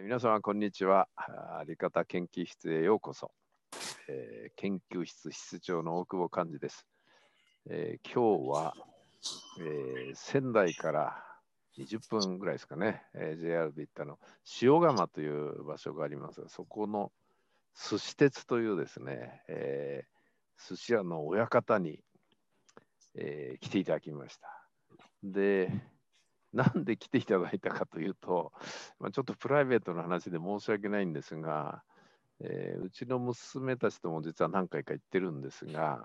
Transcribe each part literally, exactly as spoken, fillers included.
皆様こんにちは。あり方研究室へようこそ。えー、研究室室長の大久保寛治です。えー、今日は、えー、仙台からにじゅっぷんぐらいですかね、えー、ジェイアール で行ったの塩釜という場所がありますが、そこの寿司鉄というですね、えー、寿司屋の親方に、えー、来ていただきました。で、なんで来ていただいたかというと、まあ、ちょっとプライベートな話で申し訳ないんですが、えーうちの娘たちとも実は何回か行ってるんですが、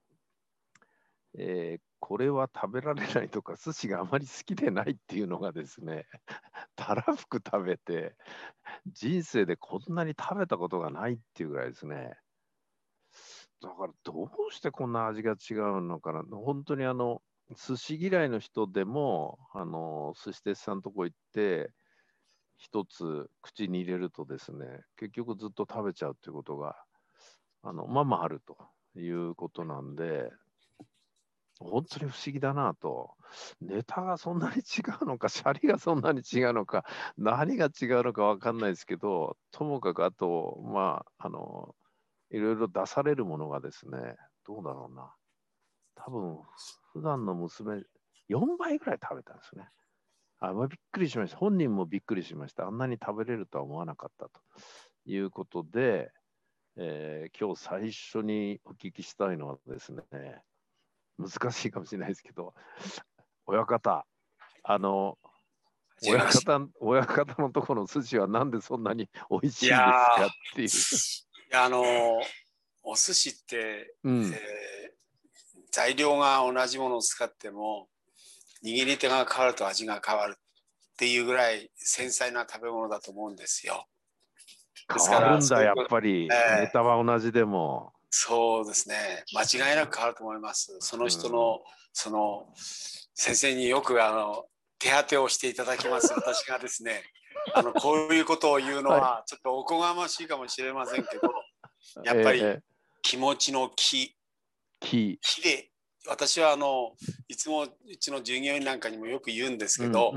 えーこれは食べられないとか、寿司があまり好きでないっていうのがですね、たらふく食べて、人生でこんなに食べたことがないっていうぐらいですね。だからどうしてこんな味が違うのかな。本当にあの、寿司嫌いの人でも、あの、寿司鉄さんのとこ行って、一つ口に入れるとですね、結局ずっと食べちゃうということが、あの、まあまああるということなんで、本当に不思議だなと。ネタがそんなに違うのか、シャリがそんなに違うのか、何が違うのかわかんないですけど、ともかくあと、まあ、あの、いろいろ出されるものがですね、どうだろうな。多分、普段の娘、よんばいぐらい食べたんですね。あ、まあ、びっくりしました。本人もびっくりしました。あんなに食べれるとは思わなかったということで、えー今日最初にお聞きしたいのはですね、難しいかもしれないですけど、親方、あの、親方、親方のところの寿司はなんでそんなに美味しいんですかっていう。 いや、あのお寿司って、 うん、 えー材料が同じものを使っても握り手が変わると味が変わるっていうぐらい繊細な食べ物だと思うんですよ。で変すからわるんだ、やっそういうこと、 ぱり。ネえータは同じでも。 そうですね、間違いなく変わると思います。そのうん、 人のその先生によくあの手当てをしていただきます私がですね、あのこういうことを言うのはい。 はちょっとおこがましいかもしれませんけど、やっぱりえー、 気持ちの気木。 木で、私はあのいつもうちの従業員なんかにもよく言うんですうん、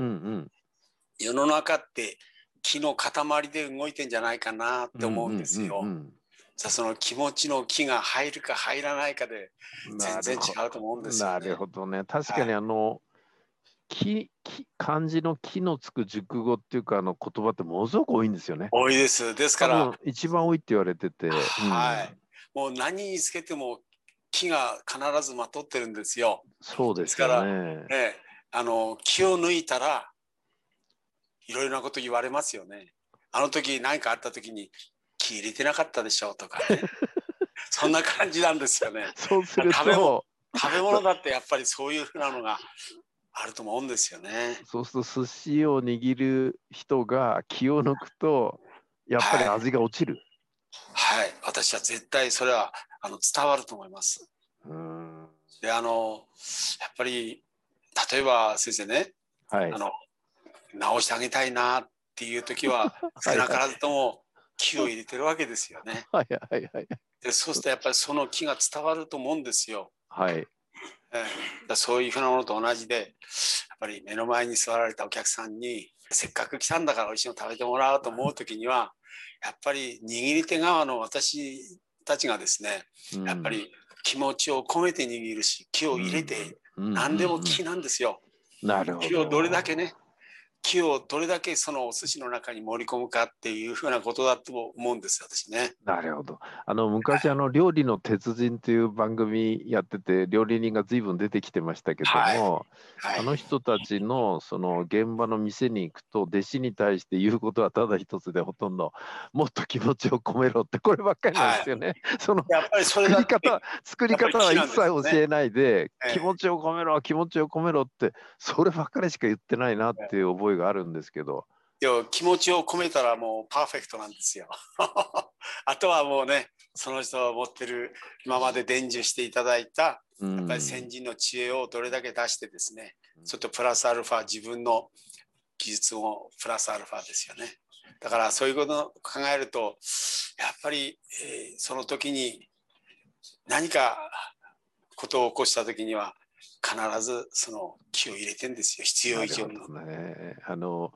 けど、 うん、 世の中って木の塊で動いてんじゃないかなっうん、うん、 て思うんですよ。 うん、 じゃあその気持ちの木が入るか入らないかでうん。な全然違るほうと思うんど。 ですよね。 なるほどね。確かにはい、 あの、木、木漢字の木のつく熟語っていうか、あの言葉ってものすごく多いんですよね。 多いです。ですから、 多分一番多いって言われてて、うはい、 ん、 もう何につけても木が必ずまとってるんですよ。 そうですよですから、 ね。 ね、あの木を抜いたらいろいろなこと言われますよね。あの時何かあった時に気入れてなかったでしょうとかね。そんな感じなんですよね。 そうする食べ物、 と、 食べ物だってやっぱりそういうふうなのがあると思うんですよね。 そうすると寿司を握る人が気を抜くと、やっぱりはい。 味が落ちる。 はい。私は絶対それはあの伝わると思います。 うーん。 で、あの、やっぱり、例えば先生ね、 はい。 あの、直してあげたいなっていう時は、 はいはい。 少なからずとも気を入れてるわけですよね。 はいはいはい。 で、そうするとやっぱりその気が伝わると思うんですよ。 はい。 えー、そういうふうなものと同じで、やっぱり目の前に座られたお客さんに、せっかく来たんだから美味しいの食べてもらおうと思うときには、やっぱり握り手側の私たちがですね、 うん。 やっぱり気持ちを込めて握るし、気をうん。 入れて、 うん。うん。 何でもうん。 気なんですよ。 なるほ気をどれだけど。 ね、木をどれだけそのお寿司の中に盛り込むかっていうふうなことだと思うんですよ、私ね。 なるほど。あの、昔、あの、料理の鉄人という番組やってて、料理人が随分出てきてましたけどはい。 も、 はい。 あの人たちの、その、現場の店に行くと、弟子に対して言うことはただ一つでほとんど、もっと気持ちを込めろって、こればっかりなんはい。 ですよね。その、 やっぱりそれ作りだけ、 方、作りやっぱり方は一木なんですよね。 切教えないで、 え気持ちを込めろ、気持ちを込めろって、そればっかりしか言ってないなっえていう覚えがあるんですけど、 いや気持ちを込めたらもうパーフェクトなんですよ。あとはもうね、その人が持ってる今まで伝授していただいたうやっぱり先ん。 人の知恵をどれだけ出してですね、ちょっとプラスアルファ自分の技術もプラスアルファですよね。だからそういうことを考えるとやっぱり、えーその時に何かことを起こした時には必ずその気を入れてんですよ、必要な以上に。 るほどね。あの、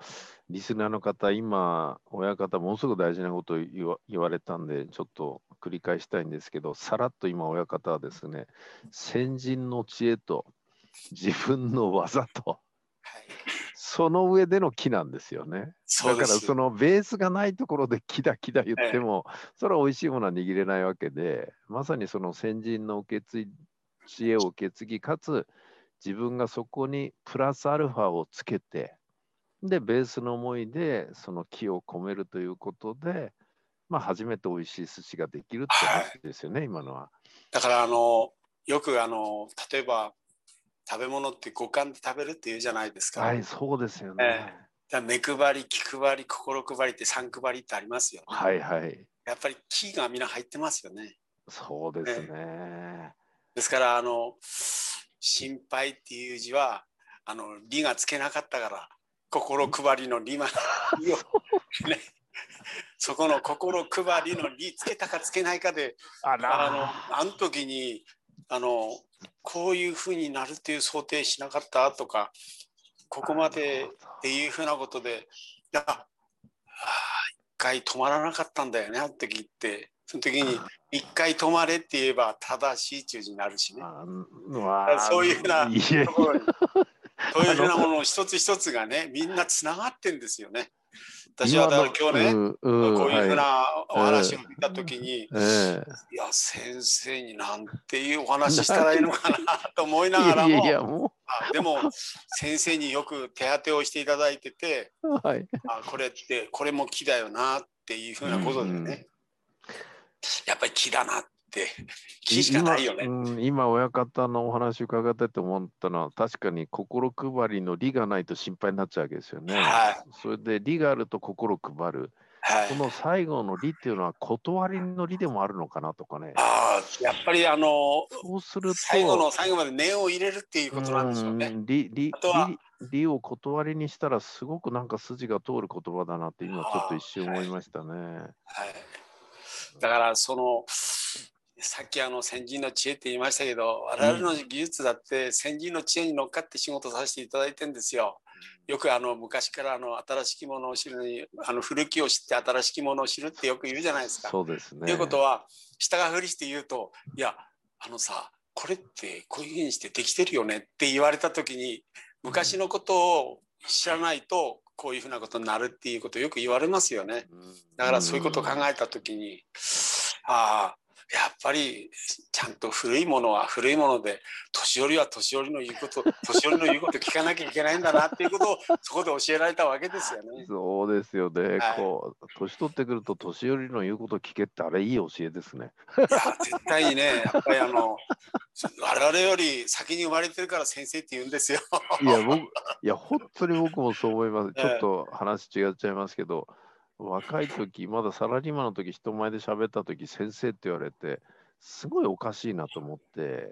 リスナーの方、今、親方、ものすごく大事なことを言わ、言われたんで、ちょっと繰り返したいんですけど、さらっと今、親方はですね、先人の知恵と自分の技と、 はい、 その上での木なんですよね。だから、 そうです。 そのベースがないところで木だ木だ言っええ、 ても、それは美味しいものは握れないわけで、まさにその先人の受け継い、知恵を受け継ぎ、かつ、自分がそこにプラスアルファをつけて、で、ベースの思いでその木を込めるということで、まあ、初めて美味しい寿司ができるってはい。 話ですよね、今のは。 だからあのよくあの例えば食べ物って五感で食べるっていうじゃないですか。 はい、そうですよええ、 ね。 だ目配り、気配り、心配りって三配りってありますよね。 はいはい。 やっぱり気がみんな入ってますよね。 そうですええ、 ね。 ですからあの心配っていう字はあの理がつけなかったから心配りの理ま理をそうね、そこの心配りの理つけたかつけないかで、 ああのらあの時にあのこういうふうになるっていう想定しなかったとか、ここまなるほでっていうふうなことで、いや、あ一回止まらなかったんだよね、あの時って。その時に一回止まれって言えば正しい中字になるしね。 ど。あのわそういうふうないやいところに、 や、 そういうふうあの、 なものの一つ一つがね、みんなつながってんですよね。私はだから今の、 今日ね、 うん、うん、 こういうはい。 ふうなお話えを見たときに、 え、えいや、先生になんていうお話ししたらいいえ、 のかなと思いないやがらも、 いやいや、もあでも先生によく手当てをしていただいてて、 う、はい。 あこれってこれも木だよなっていうふううん、 なことでうん。 ね、やっぱり木だなって木しかない今、 いよね。 うん、今、親方のお話伺ってて思ったのは、確かに心配りの理がないと心配になっちゃうわけですよね。 はい、 それで理があると心配る。 はい。 その最後の理っていうのは断りの理でもあるのかなとかね。 あやっぱりあのそうする最後のと、 最後まで念を入れるっていううことなんでしょうね。 ん、理、理、 あとは、 理、理を断りにしたらすごくなんか筋が通る言葉だなって今ちょっとあ一瞬はい、 思いましたね。 はい。だからそのさっきあの先人の知恵って言いましたけど、我々の技術だって先人の知恵に乗っかって仕事させていただいてるんですよ。よくあの昔からあの新しきものを知るのに、あの古きを知って新しきものを知るってよく言うじゃないですか。 そうですということね。 は、下がふりして言うと、いや、あのさ、これってこういうふうにしてできてるよねって言われたときに、昔のことを知らないとこういうふうなことになるっていうことをよく言われますよね。だからそういうことを考えたときに、ああ、やっぱりちゃんと古いものは古いもので、年寄りは年寄りの言うこと、年寄りの言うこと聞かなきゃいけないんだなっていうことをそこで教えられたわけですよね。 そうですよね。 はい。 こう、年取ってくると年寄りの言うこと聞けってあれいい教えですね。 いや、絶対にね、やっぱりあの、我々より先に生まれてるから先生って言うんですよ。 いや、僕、いや、本当に僕もそう思います。ちょっえと話違っちゃいますけど、若い時、まだサラリーマンの時、人前で喋った時、先生って言われて、すごいおかしいなと思って、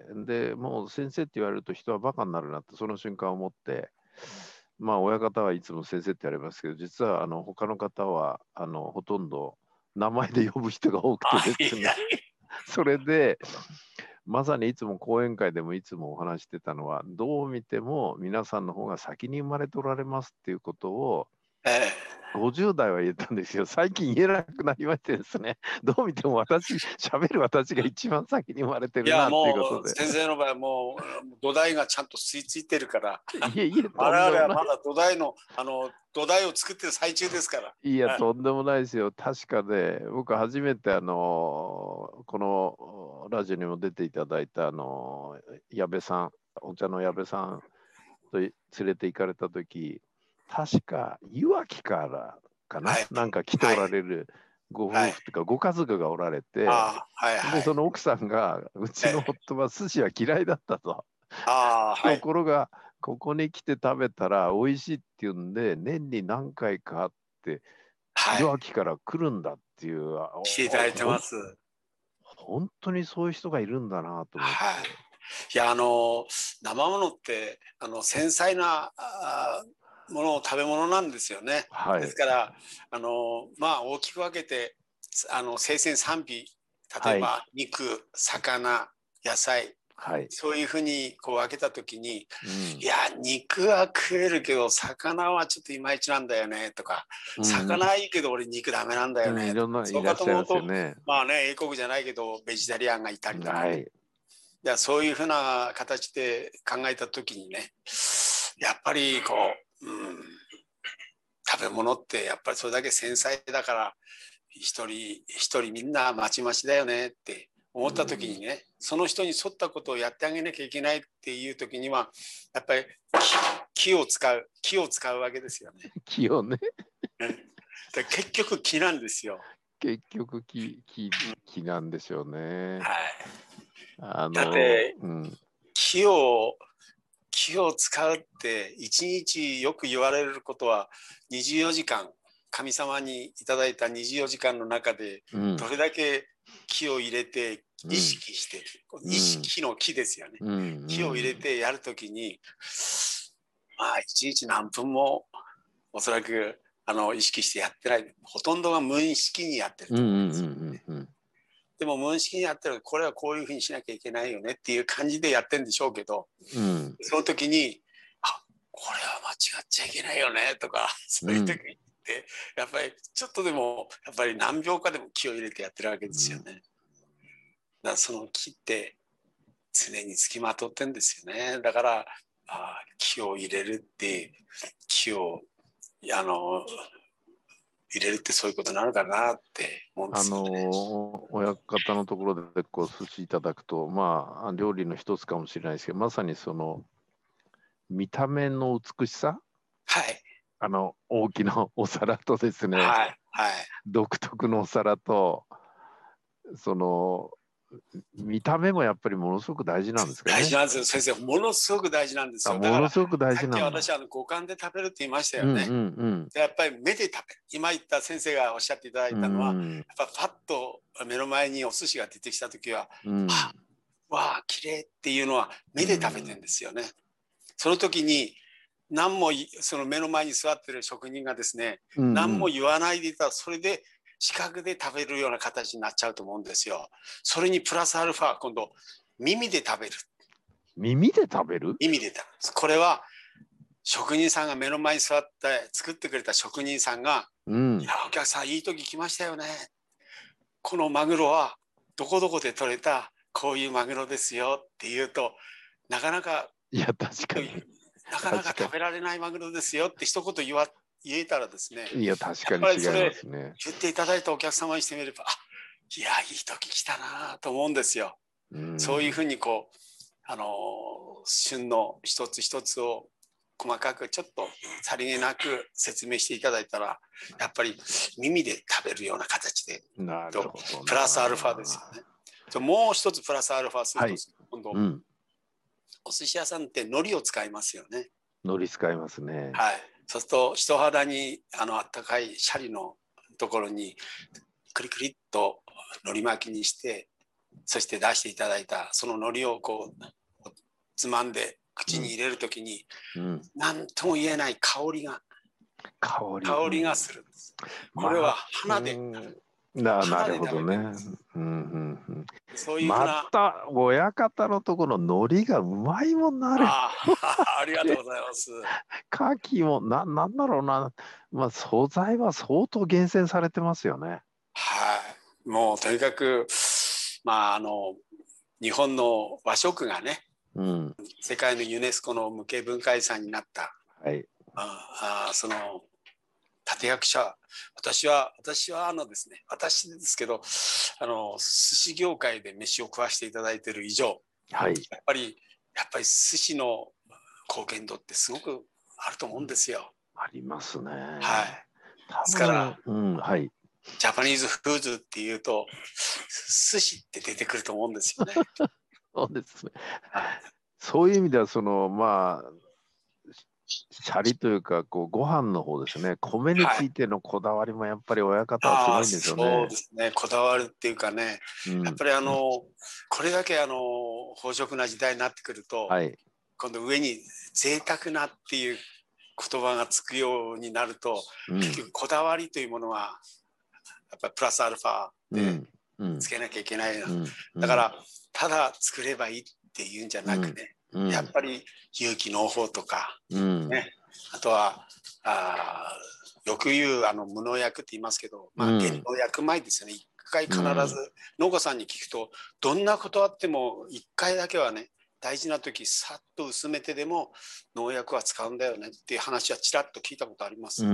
で、もう先生って言われると人はバカになるなって、その瞬間思って、まあ、親方はいつも先生って言われますけど、実は、あの、他の方は、あの、ほとんど名前で呼ぶ人が多くてあいですね、 やそれで、まさにいつも講演会でもいつもお話してたのは、どう見ても皆さんの方が先に生まれておられますっていうことを、 えごじゅう代は言ったんですよ。最近言えなくなりましてですね、どう見ても私、喋る私が一番先に生まれていや、 るなっていうことで。 もう先生の場合はもう土台がちゃんと吸い付いてるから、 いえいえ、とんで我々はもない。 まだ土台の、あの、土台を作ってる最中ですから。 いや、 はい、 とんでもないですよ。確かね、僕初めてあの、このラジオにも出ていただいたあの、矢部さん、お茶の矢部さんと連れて行かれたとき、確か、いわきからかな、 はい、 なんか来ておはい、 られるごはい。 夫婦というか、ご家族がおられて、 あはい、 で、 はい。 その奥さんが、うちのえ夫は寿司は嫌いだったと。 あはい、 ところが、ここに来て食べたら美味しいっていうんで、年に何回かあって、いはい。 わきから来るんだっていう、あ来ていただいてまほんす。 本当にそういう人がいるんだなと思っはい。 て。 いや、あの、生ものって、あの、繊細な、あもの、食べ物なんですよね。 はい。 ですから、あの、まあ、大きく分けて、あの、生鮮賛美、例えはい。 ば、肉、魚、野菜、 はい、 そういうふうにこう分けたときに、 うん、 いや肉は食えるけど魚はちょっといまいちなんだよねとか、 うん、 魚はいいけど俺肉ダメなんだようん、いねとか、 ろんないそうからっしゃいますよと思うと、 ね。 まあね、英国じゃないけどベジタリアンがいたりとかね、 はい。 いやそういうふうな形で考えたときにね、やっぱりこう、うん、食べ物ってやっぱりそれだけ繊細だから、一人一人みんなまちまちだよねって思った時にね、その人に沿ったことをやってあげなきゃいけないっていう時には、やっぱり気を使う気を使うわけですよね。 気をね。 で結局気なんですよ。 結局気、気、気なんでしょうね。 はい。 あだっの、 てうん、 気を気を使うって一日よく言われることはにじゅうよじかん、神様にいただいたにじゅうよじかんの中でうん、 どれだけ気を入れて意うん、 識して、 うん、 意識の気ですよね。 うん、 気を入れうん、 てやるときに、まあ一日何分もおそらくあの意識してやってない、ほとんどが無意識にやってるうん、うと思うんですよ。 ん、うん、 でも無意識にやってる、これはこういうふうにしなきゃいけないよねっていう感じでやってるんでしょうけど、 うん、 その時に、あ、これは間違っちゃいけないよねとか、そういう時にってやっぱりちょっとでもやっぱり何秒かでも気を入れてやってるわけですよね。だからその気って常につきまとってんですよね。だからあ気を入れるって気をあの入れるってそういうことなのかなって思うんであすよね。 の、親方のところでこう寿司いただくと、まあ、料理の一つかもしれないですけど、まさにその見た目の美しさ、 はいあの、大きなお皿とですね、 はいはい独特のお皿と、その、見た目もやっぱりものすごく大事なんですかね。 大事なんですよ先生、ものすごく大事なんですあ、 よ。だからものすごく大さっき事なんだ。 私はあの五感で食べるって言いましたうんうよね。 んやっぱり目で食べる。今言った先生がおっしゃっていただいうたのは、 ん。 やっぱパッと目の前にお寿司が出てきた時は、 うん。 あ、わあ、綺麗っていうのはう目で食べてるん。 んですよね。その時に何もその目の前に座ってる職人がですね、 うん。 何も言わないでいたらそれで視覚で食べるような形になっちゃうと思うんですよ。それにプラスアルファ今度耳で食べる。 耳で食べる？ 耳で食べる。これは職人さんが目の前に座って作ってくれた職人さんが、 うん。 いやお客さんいい時来ましたよね。このマグロはどこどこで取れたこういうマグロですよって言うと、なかなかいや、確かに。 なかなか確か食べられないマグロですよって一言言わ言えたらですね、 に。いや、確やっかに違いぱりそれますね。 言っていただいたお客様にしてみれば、あ、いやいい時来たなと思うんですよ。 うん。 そういうふうにこうあの旬の一つ一つを細かくちょっとさりげなく説明していただいたら、やっぱり耳で食べるような形でなるほどな。 プラスアルファですよね。もう一つプラスアルファすると、はい、今度、 うん、 お寿司屋さんって海苔を使いますよね。 海苔使いますね。 はい。そうすると人肌にあのあったかいシャリのところにクリクリっと海苔巻きにして、そして出していただいたその海苔をこうつまんで口に入れるときに、うん、何とも言えない香りが香り香りがするんです。これは花で、 まあ、なるほどね。うんうんうん、 そういうふうな。 また親方のところ海苔がうまいもんな。 あありがとうございます。 牡蠣もな、なんだろうな、まあ、素材は相当厳選されてますよね。 はい、もうとにかく、まあ、あの日本の和食がね、うん、世界のユネスコの無形文化遺産になった、 はい、 ああその立役者、私は私はあのですね、私ですけど、あの寿司業界で飯を食わしていただいている以上、はい、やっぱりやっぱり寿司の貢献度ってすごくあると思うんですよ。 ありますね。 はい。ですから、 うんはい、 ジャパニーズフーズっていうと寿司って出てくると思うんですよね。 そうですね。そういう意味ではそのまあシャリというかこうご飯の方ですね。米についてのこだわりもやっぱり親方はすごいんですよね。 そうですね。こだわるっていうかね、うん、やっぱりあのこれだけあの飽食な時代になってくると、はい、今度上に贅沢なっていう言葉がつくようになると、うん、結局こだわりというものはやっぱりプラスアルファでつけなきゃいけないな、うんうん、だからただ作ればいいっっていうんじゃなくね、 うん、 やっぱり有機農法とか、 うんね、あとはあよく言うあの無農薬って言いますけど、まあ、 うん減農薬米ですよね。一回必ずうん農家さんに聞くと、どんなことあっても一回だけはね、大事な時さっと薄めてでも農薬は使うんだよねっていう話はちらっと聞いたことあります。 うん、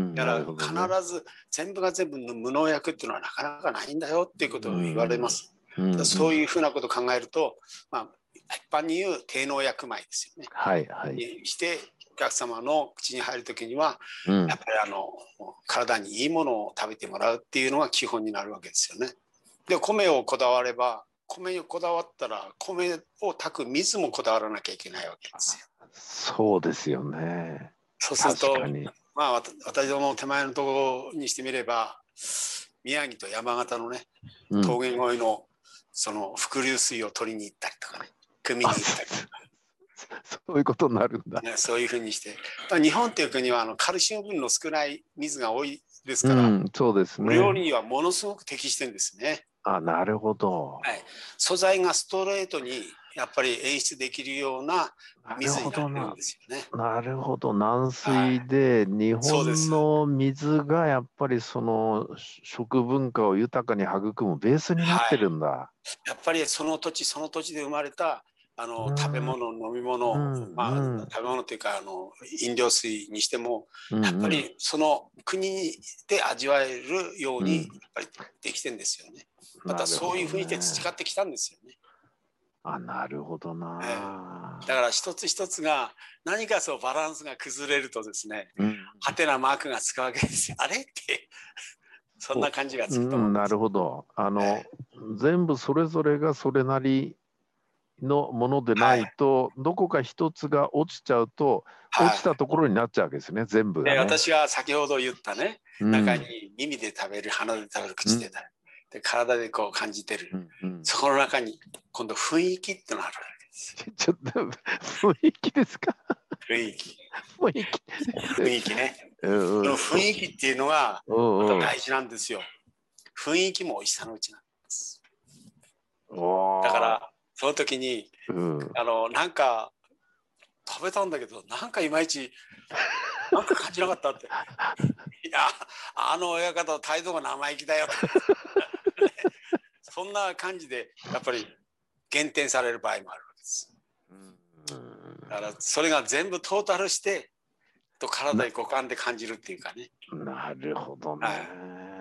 だなるほどね。 から必ず全部が全部無農薬っていうのはなかなかないんだよっていうことを言われます。 うんうん、 そういうふうなことを考えると、まあ、一般に言う低農薬米ですよね。 はいはい。 にしてお客様の口に入るときには、 うん、 やっぱりあの体にいいものを食べてもらうっていうのが基本になるわけですよね。で米をこだわれば、米にこだわったら米を炊く水もこだわらなきゃいけないわけですよ。 そうですよね。 そうすると、 確かに。 まあ私ども手前のところにしてみれば、宮城と山形のね、 うん、 峠越えのその伏流水を取りに行ったりとかね、汲みに行ったりとか。 そういうことになるんだ。 ね、そういうふうにして、日本という国はあのカルシウム分の少ない水が多いですうから、 ん、そうですお料理ね。 にはものすごく適してるんですね。 あ、なるほど。 はい、素材がストレートにやっぱり演出できるようななる水ほどな。 になってるんですよね。 なるほど。軟はい、 水で、日本そうです。 の水がやっぱりその食文化を豊かに育むベースになってはい、 るんだ。 やっぱりその土地その土地で生まれたあの食べ物、飲み物、 うん、 まあ、 うん、 食べ物というかあの飲料水にしても、 うん、 やっぱりその国で味わえるようにやっぱりできてるんですよね。またそういうふうにして培ってきたんですよね。 あ、なるほどな、 えー。だから一つ一つが何かそうバランスが崩れるとですね、うん、ハテナマークがつくわけですよ。あれってそんな感じがつくと思うんです。 うん、なるほど。あの、 えー、 全部それぞれがそれなりのものでないと、はい、どこか一つが落ちちゃうと、はい、落ちたところになっちゃうわけですね、全部がね。 で私が先ほど言ったね、うん、中に耳で食べる、鼻で食べる、口で食べる、うん、で体でこう感じてる、うんうん、そこの中に今度雰囲気ってのがあるわけです。 ちょっと雰囲気ですか？ 雰囲気。 雰囲気。 雰囲気ね。その雰囲気っていうのがまた大事なんですよ。雰囲気も美味しさのうちなんです。だからその時に、うん、あのなんか食べたんだけどなんかいまいちなんか感じなかったって。いやあの親方態度が生意気だよとそんな感じでやっぱり減点される場合もあるわけです。だからそれが全部トータルしてと体で五感で感じるっていうかね。 なるほどね、はい、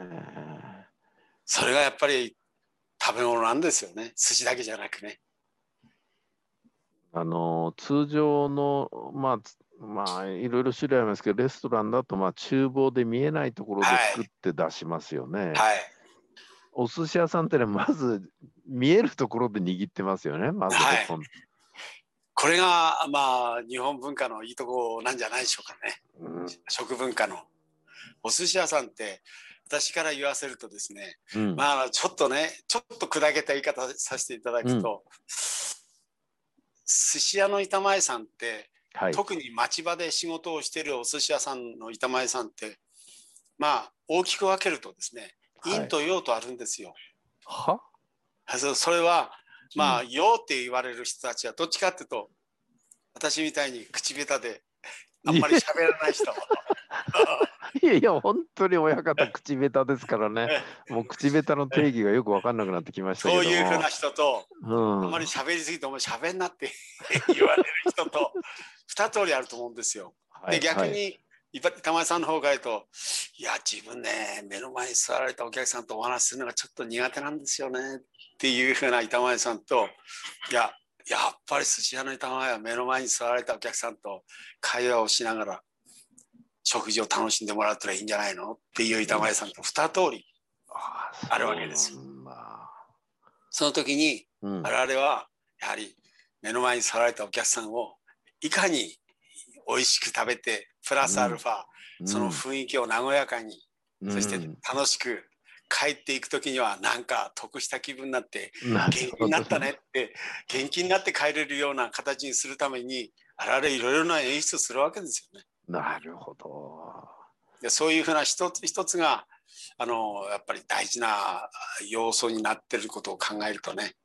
それがやっぱり食べ物なんですよね。寿司だけじゃなくね。 あの通常のまあまあいろいろ種類ありますけど、レストランだとまあ厨房で見えないところで作って出しますよね。はい。はい、お寿司屋さんってね、まず見えるところで握ってますよね。まず、はい、 これがまあ日本文化のいいところなんじゃないでしょうかね。うん、食文化のお寿司屋さんって私から言わせるとですね、うん、まあちょっとねちょっと砕けた言い方させていただくと、うん、寿司屋の板前さんって、はい、特に町場で仕事をしているお寿司屋さんの板前さんってまあ大きく分けるとですね、陰と陽とあるんですよ。 は？ それはまあ、うん、陽って言われる人たちはどっちかっていうと私みたいに口下手であんまり喋らない人。 いやいや本当に親方口下手ですからね。もう口下手の定義がよく分かんなくなってきましたけども。 そういうふうな人と、うん、あんまり喋りすぎてお前喋んなって言われる人と二通りあると思うんですよ。はい、で逆に、はい、板前さんの方から言うと、いや自分ね目の前に座られたお客さんとお話しするのがちょっと苦手なんですよねっていうふうな板前さんと、いややっぱり寿司屋の板前は目の前に座られたお客さんと会話をしながら食事を楽しんでもらったらいいんじゃないのっていう板前さんと二通りあるわけですよ。その時に我々はやはり目の前に座られたお客さんをいかに美味しく食べてプラスアルファ、うん、その雰囲気を和やかに、うん、そして楽しく帰っていく時にはなんか得した気分になって元気になったねって元気になって帰れるような形にするために我々いろいろな演出をするわけですよね。 なるほど。 でそういうふうな一つ一つがあのやっぱり大事な要素になっていることを考えるとね、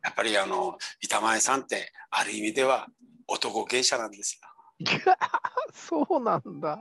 やっぱりあの板前さんってある意味では男芸者なんですよ。 そうなんだ。